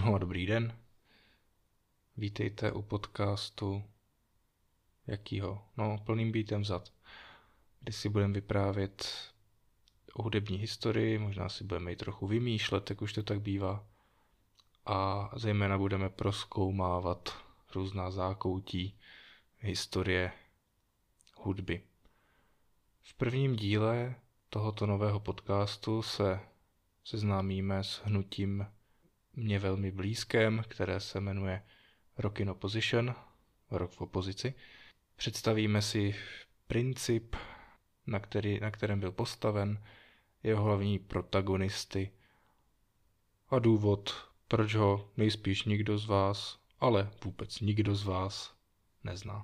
No a dobrý den. Vítejte u podcastu jakýho? No, plným býtem vzat. Kdy si budeme vyprávět o hudební historii, možná si budeme i trochu vymýšlet, jak už to tak bývá. A zejména budeme prozkoumávat různá zákoutí historie hudby. V prvním díle tohoto nového podcastu se seznámíme s hnutím mně velmi blízkém, které se jmenuje Rock in Opposition, rok v opozici. Představíme si princip, na kterém byl postaven, jeho hlavní protagonisty a důvod, proč ho nejspíš nikdo z vás, ale vůbec nikdo z vás nezná.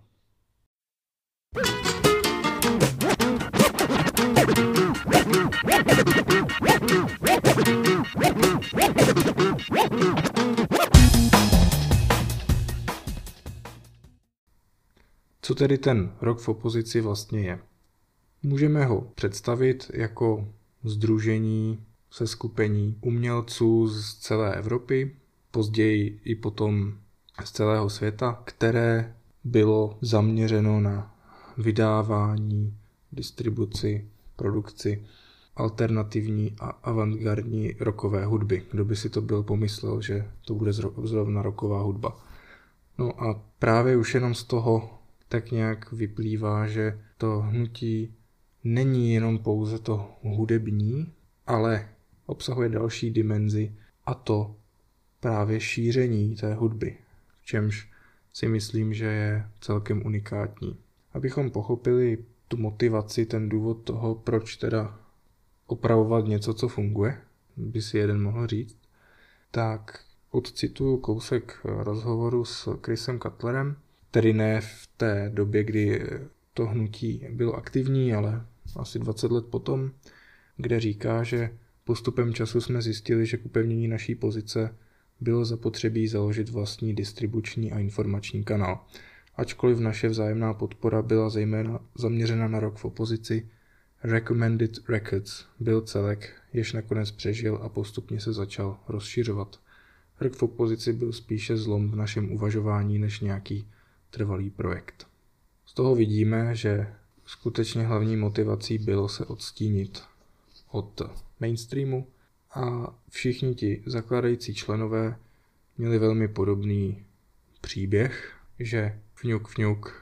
Co tedy ten rok v opozici vlastně je? Můžeme ho představit jako sdružení, seskupení umělců z celé Evropy, později i potom z celého světa, které bylo zaměřeno na vydávání, distribuci, produkci alternativní a avantgardní rockové hudby. Kdo by si to byl pomyslel, že to bude zrovna rocková hudba. No a právě už jenom z toho tak nějak vyplývá, že to hnutí není jenom pouze to hudební, ale obsahuje další dimenzi, a to právě šíření té hudby, v čemž si myslím, že je celkem unikátní. Abychom pochopili tu motivaci, ten důvod toho, proč teda opravovat něco, co funguje, by si jeden mohl říct, tak odcituju kousek rozhovoru s Chrisem Cutlerem, který ne v té době, kdy to hnutí bylo aktivní, ale asi 20 let potom, kde říká, že postupem času jsme zjistili, že k upevnění naší pozice bylo zapotřebí založit vlastní distribuční a informační kanál. Ačkoliv naše vzájemná podpora byla zejména zaměřena na rock v opozici, Recommended Records byl celek, jež nakonec přežil a postupně se začal rozšiřovat. Rock v opozici byl spíše zlom v našem uvažování než nějaký trvalý projekt. Z toho vidíme, že skutečně hlavní motivací bylo se odstínit od mainstreamu a všichni ti zakladající členové měli velmi podobný příběh, že fňuk,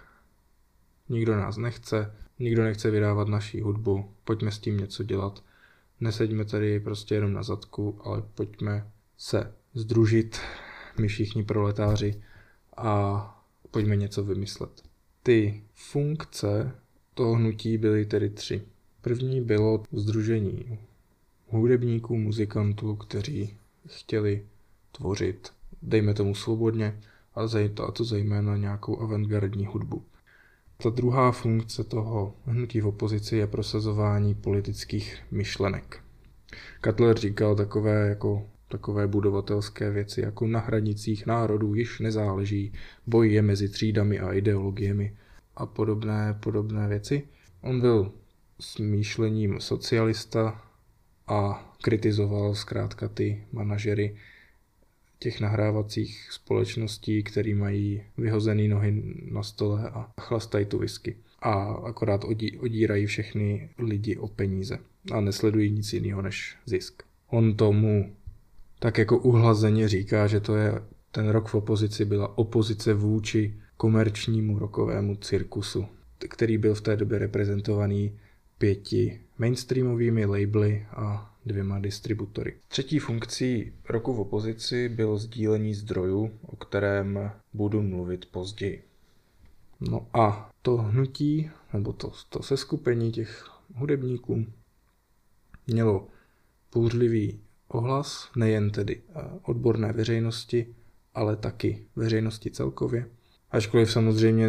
nikdo nás nechce, nikdo nechce vydávat naší hudbu, pojďme s tím něco dělat, neseďme tady prostě jenom na zadku, ale pojďme se sdružit, my všichni proletáři, a pojďme něco vymyslet. Ty funkce toho hnutí byly tedy 3. První bylo sdružení hudebníků, muzikantů, kteří chtěli tvořit, dejme tomu svobodně, a to zejména nějakou avantgardní hudbu. Ta druhá funkce toho hnutí v opozici je prosazování politických myšlenek. Cutler říkal takové budovatelské věci, jako na hranicích národů již nezáleží, boj je mezi třídami a ideologiemi a podobné věci. On byl s myšlením socialista a kritizoval zkrátka ty manažery těch nahrávacích společností, který mají vyhozený nohy na stole a chlastají tu whisky. A akorát odírají všechny lidi o peníze a nesledují nic jiného než zisk. On tomu tak jako uhlazeně říká, že to je ten rok v opozici byla opozice vůči komerčnímu rockovému cirkusu, který byl v té době reprezentovaný 5 mainstreamovými labely a 2 distributory. Třetí funkcí roku v opozici bylo sdílení zdrojů, o kterém budu mluvit později. No a to hnutí, nebo to seskupení těch hudebníků mělo bouřlivý ohlas, nejen tedy odborné veřejnosti, ale taky veřejnosti celkově. Ačkoliv samozřejmě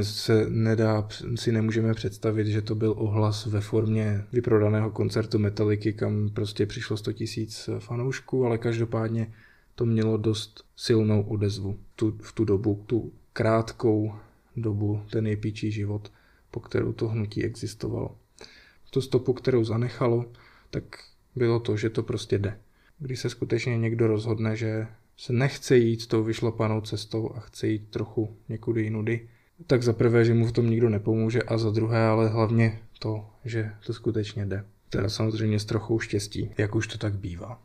si nemůžeme představit, že to byl ohlas ve formě vyprodaného koncertu Metallicy, kam prostě přišlo 100 000 fanoušků, ale každopádně to mělo dost silnou odezvu v tu dobu, tu krátkou dobu, ten nejpíčí život, po kterou to hnutí existovalo. Tu stopu, kterou zanechalo, tak bylo to, že to prostě jde. Když se skutečně někdo rozhodne, že se nechce jít tou vyšlapanou cestou a chce jít trochu někudy jinudy, tak za prvé, že mu v tom nikdo nepomůže a za druhé, ale hlavně to, že to skutečně jde. Teda samozřejmě s trochou štěstí, jak už to tak bývá.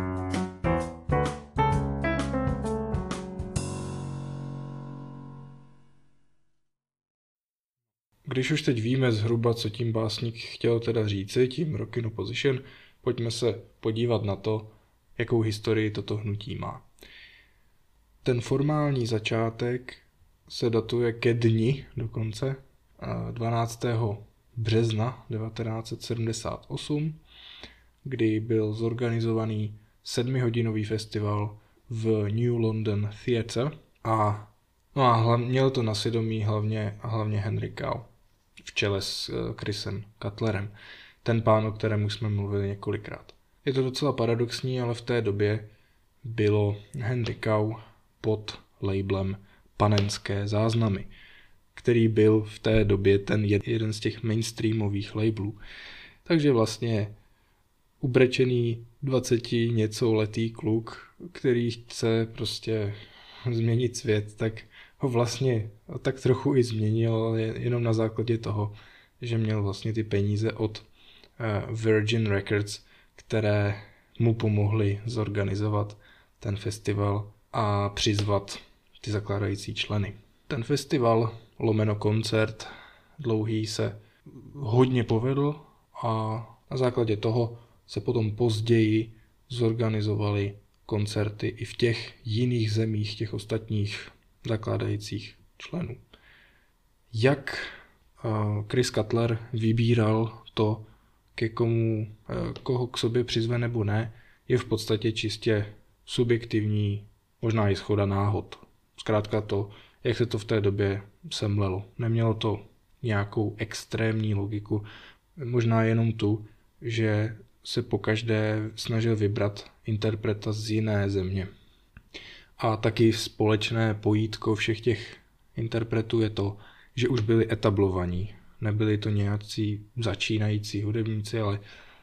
Když už teď víme zhruba, co tím básník chtěl teda říci, tím Rock in Opposition, pojďme se podívat na to, jakou historii toto hnutí má. Ten formální začátek se datuje ke dni dokonce 12. března 1978, kdy byl zorganizovaný 7hodinový festival v New London Theatre a měl to na svědomí hlavně Henry Cow v čele s Chrisem Cutlerem, ten pán, o kterém už jsme mluvili několikrát. Je to docela paradoxní, ale v té době bylo Henry Cow pod labelem Panenské záznamy, který byl v té době ten jeden z těch mainstreamových labelů. Takže vlastně ubrečený 20 něco letý kluk, který chce prostě změnit svět, tak ho vlastně tak trochu i změnil, ale jenom na základě toho, že měl vlastně ty peníze od Virgin Records, které mu pomohly zorganizovat ten festival a přizvat ty zakládající členy. Ten festival lomeno koncert dlouhý se hodně povedl a na základě toho se potom později zorganizovaly koncerty i v těch jiných zemích, těch ostatních zakládajících členů. Jak Chris Cutler vybíral to, koho k sobě přizve nebo ne, je v podstatě čistě subjektivní, možná i shoda náhod. Zkrátka to, jak se to v té době semlelo. Nemělo to nějakou extrémní logiku, možná jenom tu, že se pokaždé snažil vybrat interpreta z jiné země. A taky společné pojítko všech těch interpretů je to, že už byli etablovaní. Nebyli to nějací začínající hudebníci, ale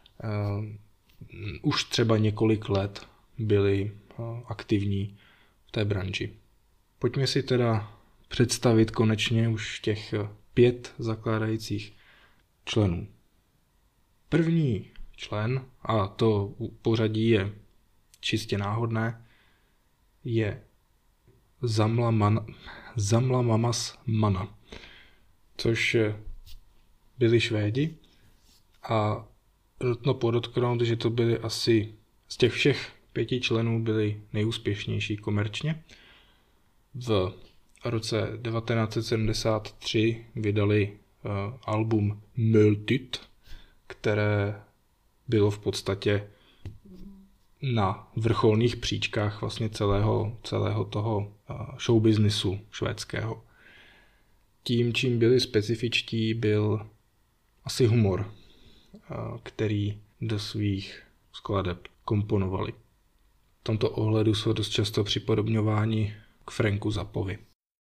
už třeba několik let byli aktivní v té branži. Pojďme si teda představit konečně už těch 5 zakládajících členů. První člen, a to pořadí je čistě náhodné, je Zamla Mamas Mana, což byli Švédi a nutno podotknout, že to byli asi z těch všech 5 členů byli nejúspěšnější komerčně. V roce 1973 vydali album Multit, které bylo v podstatě na vrcholných příčkách vlastně celého toho showbiznisu švédského. Tím, čím byli specifičtí, byl asi humor, který do svých skladeb komponovali. V tomto ohledu jsou dost často připodobňováni k Franku Zappovi.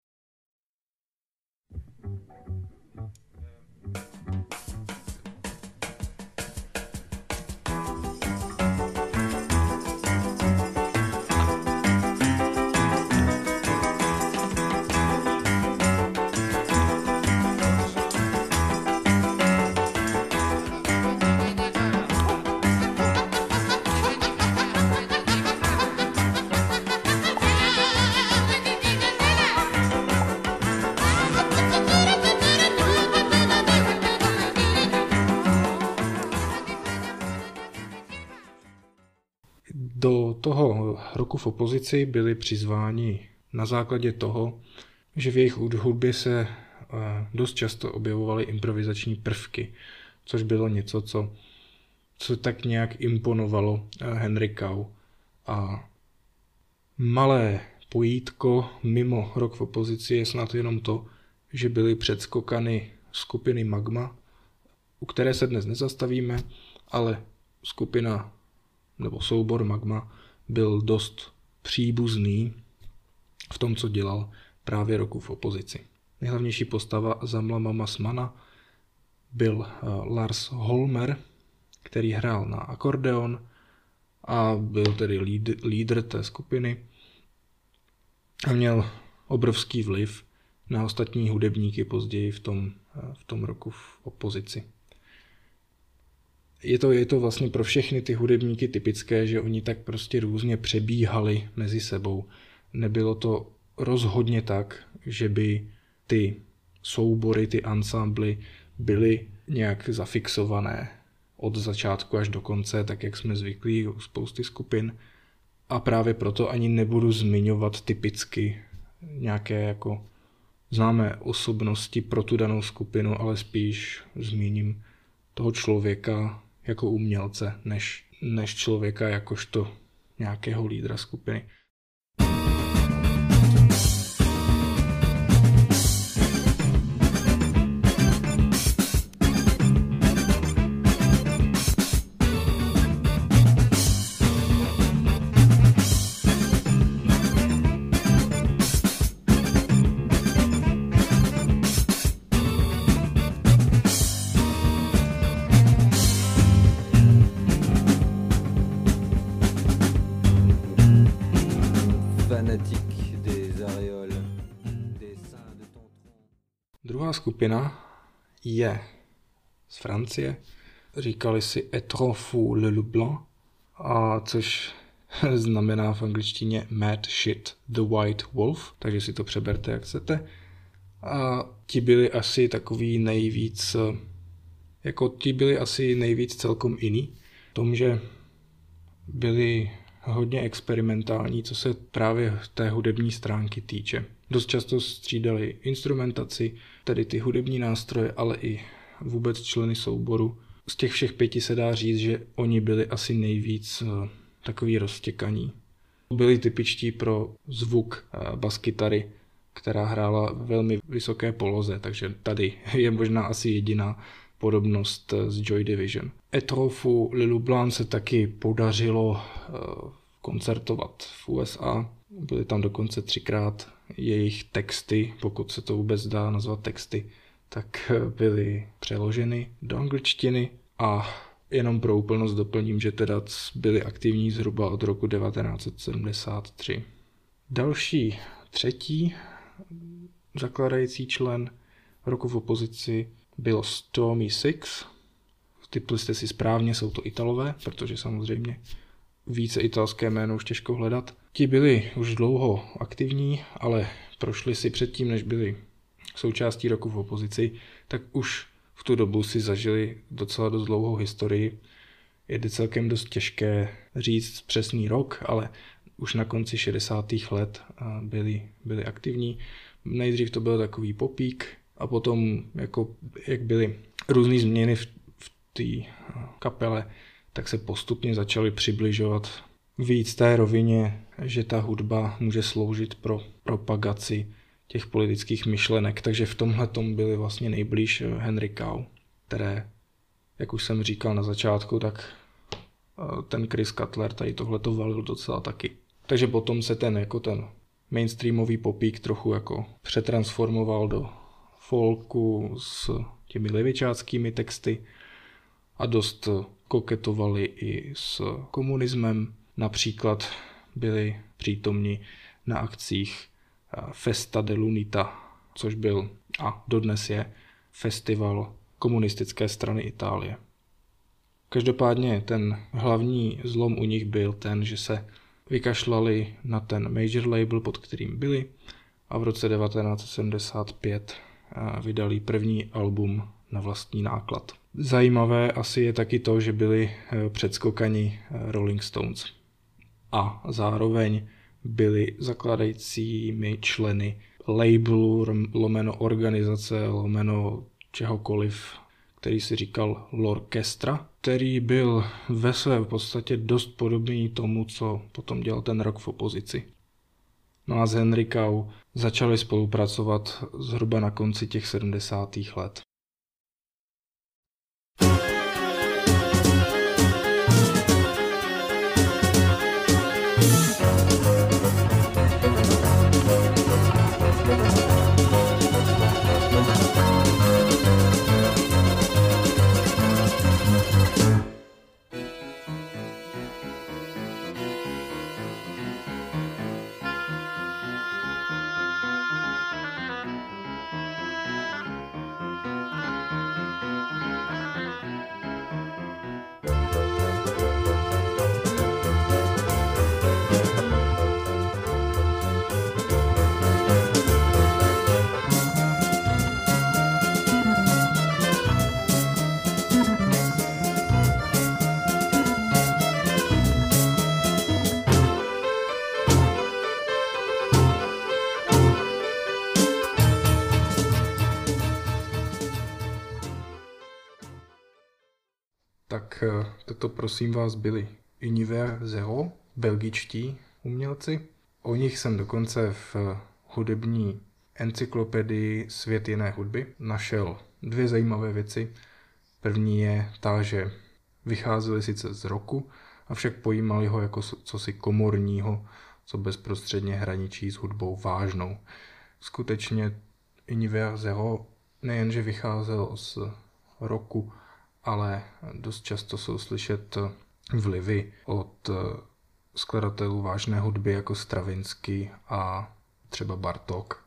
Do toho roku v opozici byli přizváni na základě toho, že v jejich hudbě se dost často objevovaly improvizační prvky, což bylo něco, co tak nějak imponovalo Henry Cow. A malé pojítko mimo rok v opozici je snad jenom to, že byly předskokany skupiny Magma, u které se dnes nezastavíme, ale skupina nebo soubor Magma byl dost příbuzný v tom, co dělal právě roku v opozici. Nejhlavnější postava Zamla Mamas Mana byl Lars Holmer, který hrál na akordeon a byl tedy lídr té skupiny. a měl obrovský vliv na ostatní hudebníky později v tom roku v opozici. Je to vlastně pro všechny ty hudebníky typické, že oni tak prostě různě přebíhali mezi sebou. Nebylo to rozhodně tak, že by ty soubory, ty ansámbly byly nějak zafixované od začátku až do konce, tak jak jsme zvyklí u spousty skupin. A právě proto ani nebudu zmiňovat typicky nějaké jako známé osobnosti pro tu danou skupinu, ale spíš zmíním toho člověka jako umělce, než člověka jakožto nějakého lídra skupiny. Druhá skupina je z Francie. Říkali si Être fou le loup blanc, a což znamená v angličtině Mad Shit the White Wolf, takže si to přeberte, jak chcete. A ti byli asi takový nejvíc, celkom jiný. V tom, že byli hodně experimentální, co se právě té hudební stránky týče. Dost často střídali instrumentaci, tedy ty hudební nástroje, ale i vůbec členy souboru. Z těch všech 5 se dá říct, že oni byli asi nejvíc takový roztěkaní. Byli typičtí pro zvuk baskytary, která hrála velmi vysoké poloze, takže tady je možná asi jediná podobnost s Joy Division. Être fou le loup blanc se taky podařilo koncertovat v USA. Byly tam dokonce 3krát jejich texty, pokud se to vůbec dá nazvat texty, tak byly přeloženy do angličtiny a jenom pro úplnost doplním, že teda byli aktivní zhruba od roku 1973. Další, třetí zakládající člen roku v opozici byl Stormy Six. Tipli jste si správně, jsou to Italové, protože samozřejmě více italské jméno už těžko hledat. Ti byli už dlouho aktivní, ale prošli si předtím, než byli součástí roku v opozici, tak už v tu dobu si zažili docela dost dlouhou historii. Je celkem dost těžké říct přesný rok, ale už na konci 60. let byli aktivní. Nejdřív to byl takový popík a potom, jak byly různé změny v té kapele, tak se postupně začali přibližovat víc té rovině, že ta hudba může sloužit pro propagaci těch politických myšlenek. Takže v tomhle tom byli vlastně nejblíž Henry Cow, které, jak už jsem říkal na začátku, tak ten Chris Cutler tady tohleto valil docela taky. Takže potom se ten mainstreamový popík trochu jako přetransformoval do folku s těmi levičáckými texty a dost koketovali i s komunismem. Například byli přítomni na akcích Festa dell'Unità, což byl a dodnes je festival komunistické strany Itálie. Každopádně ten hlavní zlom u nich byl ten, že se vykašlali na ten major label, pod kterým byli, a v roce 1975 vydali první album na vlastní náklad. Zajímavé asi je taky to, že byli předskokani Rolling Stones a zároveň byli zakládajícími členy labelu, lomeno organizace, lomeno čehokoliv, který si říkal L'Orchestra, který byl ve své podstatě dost podobný tomu, co potom dělal ten rok v opozici. No a s Henry Cow začali spolupracovat zhruba na konci těch 70. let. toto prosím vás byli Univers Zero, belgičtí umělci. O nich jsem dokonce v hudební encyklopedii Svět jiné hudby našel 2 zajímavé věci. První je ta, že vycházeli sice z rocku, avšak pojímali ho jako cosi komorního, co bezprostředně hraničí s hudbou vážnou. Skutečně Univers Zero nejenže vycházel z rocku, ale dost často jsou slyšet vlivy od skladatelů vážné hudby jako Stravinsky a třeba Bartók.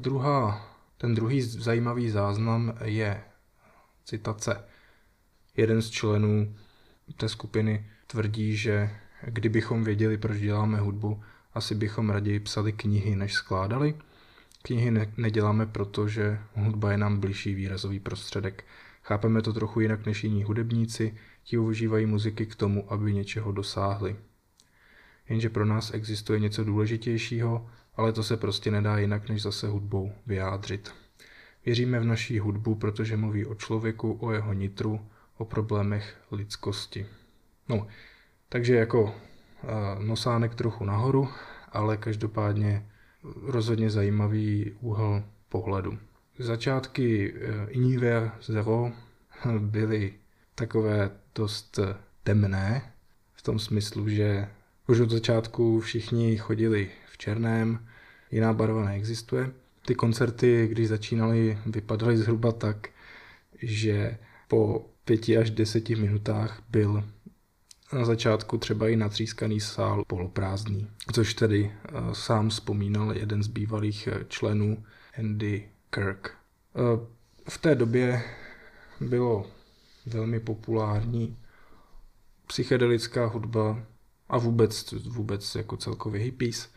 Ten druhý zajímavý záznam je citace. Jeden z členů té skupiny tvrdí, že kdybychom věděli, proč děláme hudbu, asi bychom raději psali knihy, než skládali. Knihy neděláme, protože hudba je nám bližší výrazový prostředek. Chápeme to trochu jinak než jiní hudebníci, ti užívají muziky k tomu, aby něčeho dosáhli. Jenže pro nás existuje něco důležitějšího, ale to se prostě nedá jinak, než zase hudbou vyjádřit. Věříme v naší hudbu, protože mluví o člověku, o jeho nitru, o problémech lidskosti. No, takže jako nosánek trochu nahoru, ale každopádně rozhodně zajímavý úhel pohledu. Začátky Univers Zero byly takové dost temné, v tom smyslu, že už od začátku všichni chodili v černém, jiná barva neexistuje. Ty koncerty, když začínaly, vypadaly zhruba tak, že po 5 až 10 minutách byl na začátku třeba i natřískaný sál poloprázdný, což tedy sám vzpomínal jeden z bývalých členů Andy Kirk. V té době bylo velmi populární psychedelická hudba a vůbec jako celkově hippies,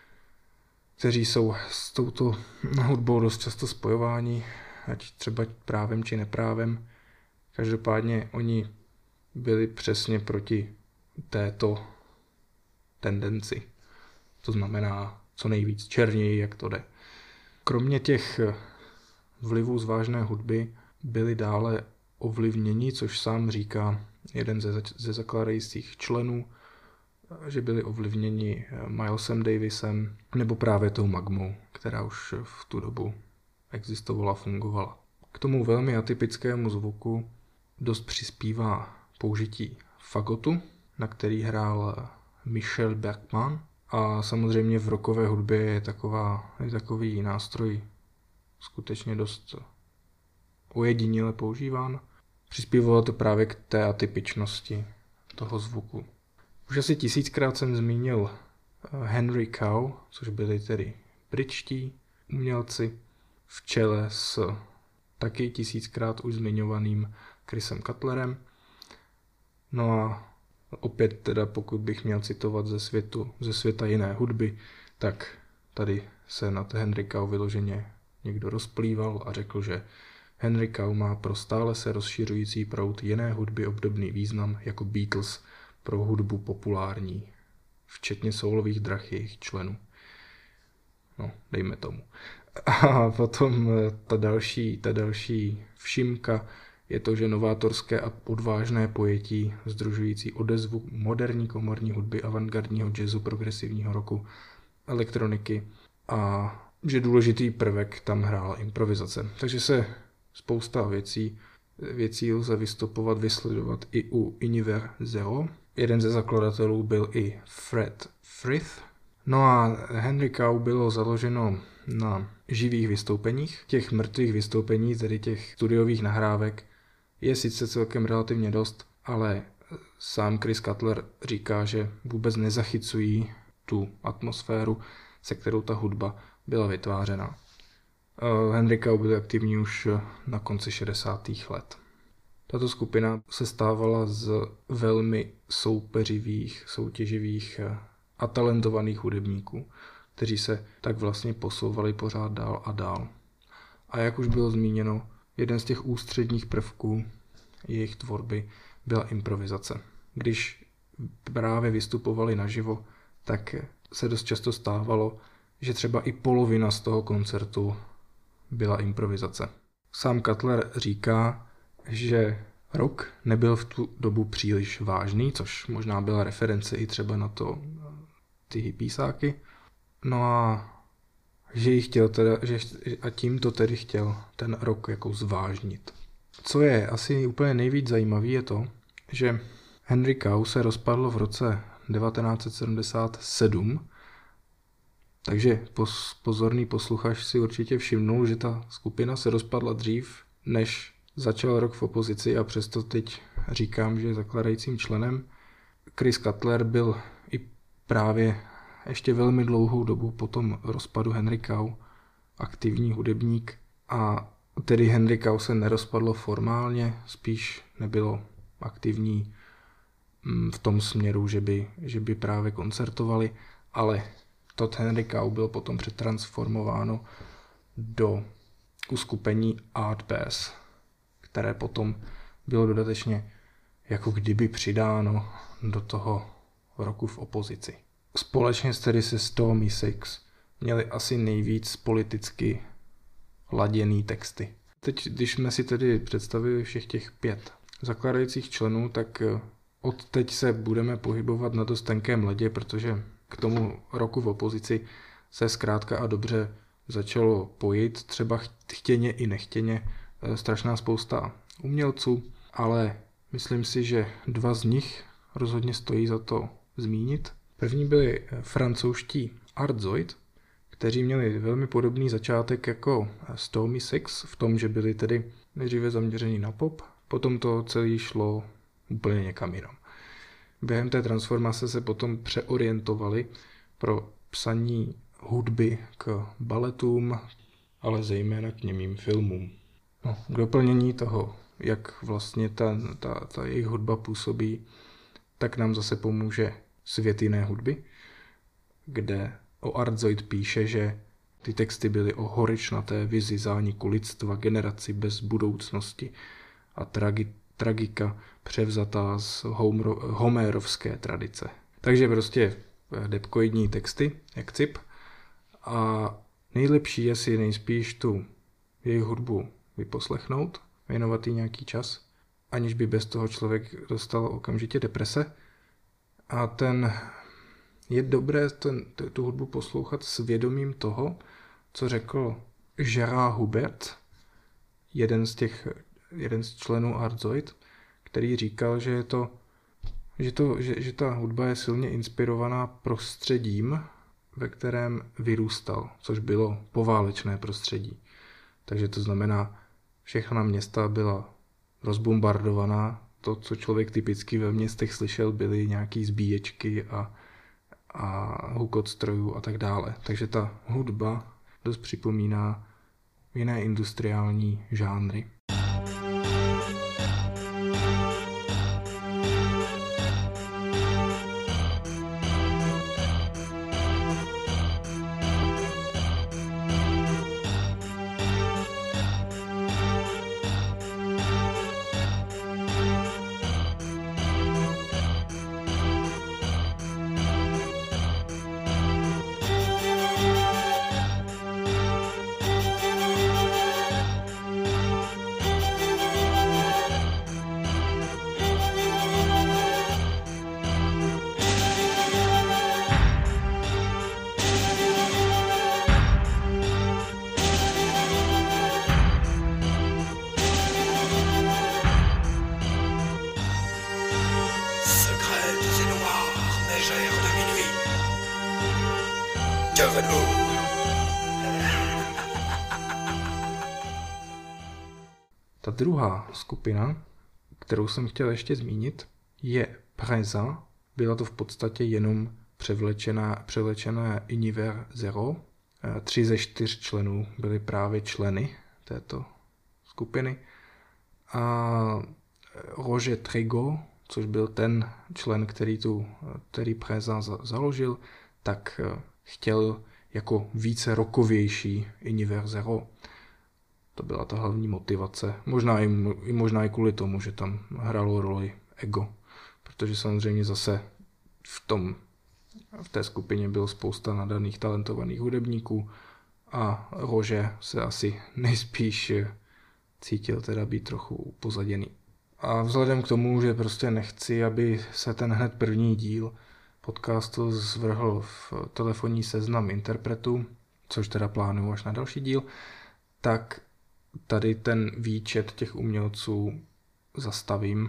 kteří jsou s touto hudbou dost často spojováni, ať třeba právem či neprávem. Každopádně oni byli přesně proti této tendenci. To znamená co nejvíc černěji, jak to jde. Kromě těch vlivů z vážné hudby byli dále ovlivněni, což sám říká jeden ze zakládajících členů, že byli ovlivněni Milesem Davisem nebo právě tou magmou, která už v tu dobu existovala, fungovala. K tomu velmi atypickému zvuku dost přispívá použití fagotu, na který hrál Michel Bergman, a samozřejmě v rockové hudbě je takový nástroj skutečně dost ojediněle používán. Přispívalo to právě k té atypičnosti toho zvuku. Už asi 1000krát jsem zmínil Henry Cow, což byli tedy britští umělci v čele s taky 1000krát už zmiňovaným Chrisem Cutlerem. No a opět teda, pokud bych měl citovat ze světa jiné hudby, tak tady se nad Henry Cow vyloženě někdo rozplýval a řekl, že Henry Cow má pro stále se rozšiřující proud jiné hudby obdobný význam jako Beatles pro hudbu populární, včetně soulových drah jejich členů. No, dejme tomu. A potom ta další všimka je to, že novátorské a odvážné pojetí sdružující odezvu moderní komorní hudby, avantgardního jazzu, progresivního rocku, elektroniky a že důležitý prvek tam hrála improvizace. Takže se spousta věcí lze vysledovat i u Univers Zero. Jeden ze zakladatelů byl i Fred Frith. No a Henry Cow bylo založeno na živých vystoupeních. Těch mrtvých vystoupení, tedy těch studiových nahrávek, je sice celkem relativně dost, ale sám Chris Cutler říká, že vůbec nezachycují tu atmosféru, se kterou ta hudba byla vytvářena. Henry Cow byl aktivní už na konci 60. let. Tato skupina se stávala z velmi soupeřivých, soutěživých a talentovaných hudebníků, kteří se tak vlastně posouvali pořád dál a dál. A jak už bylo zmíněno, jeden z těch ústředních prvků jejich tvorby byla improvizace. Když právě vystupovali naživo, tak se dost často stávalo, že třeba i polovina z toho koncertu byla improvizace. Sám Cutler říká, že Rock nebyl v tu dobu příliš vážný, což možná byla reference i třeba na to ty hippiesáky. No a tím to tedy chtěl ten rock jako zvážnit. Co je asi úplně nejvíc zajímavé je to, že Henry Cow se rozpadlo v roce 1977, takže pozorný posluchač si určitě všimnul, že ta skupina se rozpadla dřív, než začal Rock v opozici, a přesto teď říkám, že je zakladajícím členem. Chris Cutler byl i právě ještě velmi dlouhou dobu po tom rozpadu Henry Cow aktivní hudebník, a tedy Henry Cow se nerozpadlo formálně, spíš nebylo aktivní v tom směru, že by právě koncertovali, ale Todd Henry Cow byl potom přetransformováno do uskupení Art Bass, které potom bylo dodatečně jako kdyby přidáno do toho Roku v opozici. Společně tedy se Stormy Six měli asi nejvíc politicky laděný texty. Teď, když jsme si tedy představili všech těch 5 zakládajících členů, tak od teď se budeme pohybovat na dost tenkém ledě, protože k tomu Roku v opozici se zkrátka a dobře začalo pojit, třeba chtěně i nechtěně, strašná spousta umělců, ale myslím si, že 2 z nich rozhodně stojí za to zmínit. První byli francouzští Artzoid, kteří měli velmi podobný začátek jako Stormy Six v tom, že byli tedy nejdříve zaměření na pop, potom to celé šlo úplně někam jinam. Během té transformace se potom přeorientovali pro psaní hudby k baletům, ale zejména k němým filmům. No, k doplnění toho, jak vlastně ta jejich hudba působí, tak nám zase pomůže Svět jiné hudby, kde o Artzoid píše, že ty texty byly o horečnaté vizi zániku lidstva, generaci bez budoucnosti a tragika převzatá z homérovské tradice. Takže prostě depkoidní texty, jak cip. A nejlepší je si nejspíš tu jejich hudbu vyposlechnout, věnovat jí nějaký čas, aniž by bez toho člověk dostal okamžitě deprese. A je dobré tu hudbu poslouchat s vědomím toho, co řekl Gerard Hubert, jeden z členů Artzoid, který říkal, že ta hudba je silně inspirovaná prostředím, ve kterém vyrůstal, což bylo poválečné prostředí. Takže to znamená, všechna města byla rozbombardovaná. To, co člověk typicky ve městech slyšel, byly nějaký zbíječky a hukot strojů a tak dále. Takže ta hudba dost připomíná jiné industriální žánry. Ta druhá skupina, kterou jsem chtěl ještě zmínit, je Preza. Byla to v podstatě jenom převlečená Univers Zero. 3 ze 4 členů byli právě členy této skupiny. A Roger Trigo, což byl ten člen, který Preza založil, tak chtěl jako více rockovější Univers Zero. To byla ta hlavní motivace. Možná i kvůli tomu, že tam hrálo roli ego. Protože samozřejmě zase v té skupině bylo spousta nadaných, talentovaných hudebníků a Roger se asi nejspíš cítil teda být trochu upozaděný. A vzhledem k tomu, že prostě nechci, aby se ten hned první díl podcastu zvrhl v telefonní seznam interpretů, což teda plánuju až na další díl, tak tady ten výčet těch umělců zastavím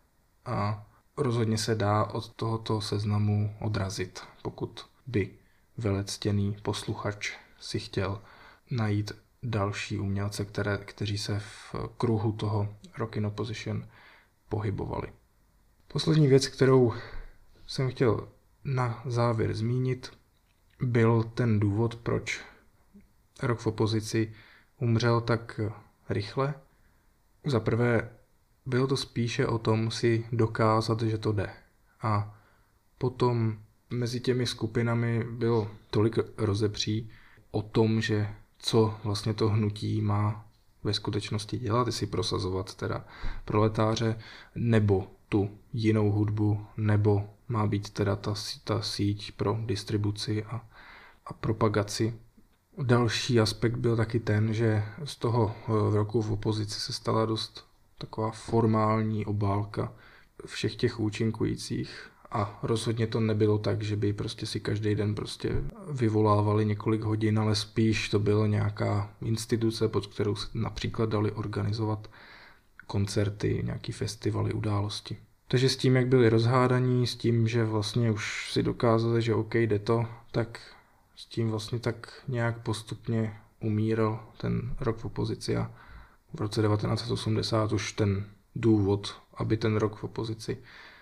a rozhodně se dá od tohoto seznamu odrazit, pokud by velectěný posluchač si chtěl najít další umělce, kteří se v kruhu toho Rock in Opposition pohybovali. Poslední věc, kterou jsem chtěl na závěr zmínit, byl ten důvod, proč Rock v opozici umřel tak rychle. Za prvé, bylo to spíše o tom si dokázat, že to jde. A potom mezi těmi skupinami bylo tolik rozepří o tom, že co vlastně to hnutí má ve skutečnosti dělat, jestli prosazovat teda proletáře, nebo tu jinou hudbu, nebo má být teda ta síť pro distribuci a propagaci. Další aspekt byl taky ten, že z toho roku v opozici se stala dost taková formální obálka všech těch účinkujících a rozhodně to nebylo tak, že by prostě si každý den prostě vyvolávali několik hodin, ale spíš to byla nějaká instituce, pod kterou se například dali organizovat koncerty, nějaký festivaly, události. Takže s tím, jak byli rozhádaní, s tím, že vlastně už si dokázali, že OK, jde to, tak s tím vlastně tak nějak postupně umíral ten Rock v opozici a v roce 1980 už ten důvod, aby ten Rock v opozici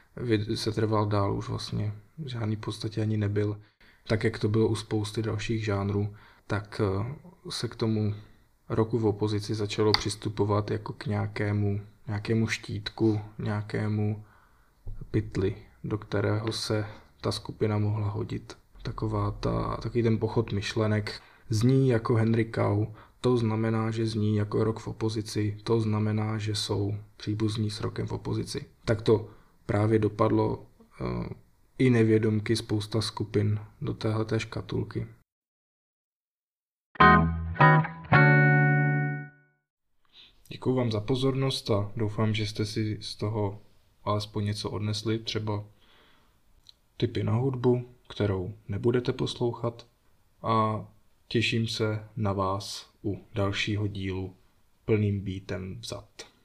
se trval dál, už vlastně žádný v podstatě ani nebyl. Tak, jak to bylo u spousty dalších žánrů, tak se k tomu Rocku v opozici začalo přistupovat jako k nějakému štítku, nějakému pytli, do kterého se ta skupina mohla hodit. Takový ten pochod myšlenek zní jako Henry Cow, to znamená, že zní jako Rock v opozici, to znamená, že jsou příbuzní s Rockem v opozici. Tak to právě dopadlo i nevědomky spousta skupin do téhleté škatulky. Děkuju vám za pozornost a doufám, že jste si z toho alespoň něco odnesli, třeba tipy na hudbu, kterou nebudete poslouchat, a těším se na vás u dalšího dílu plným beatem vzat.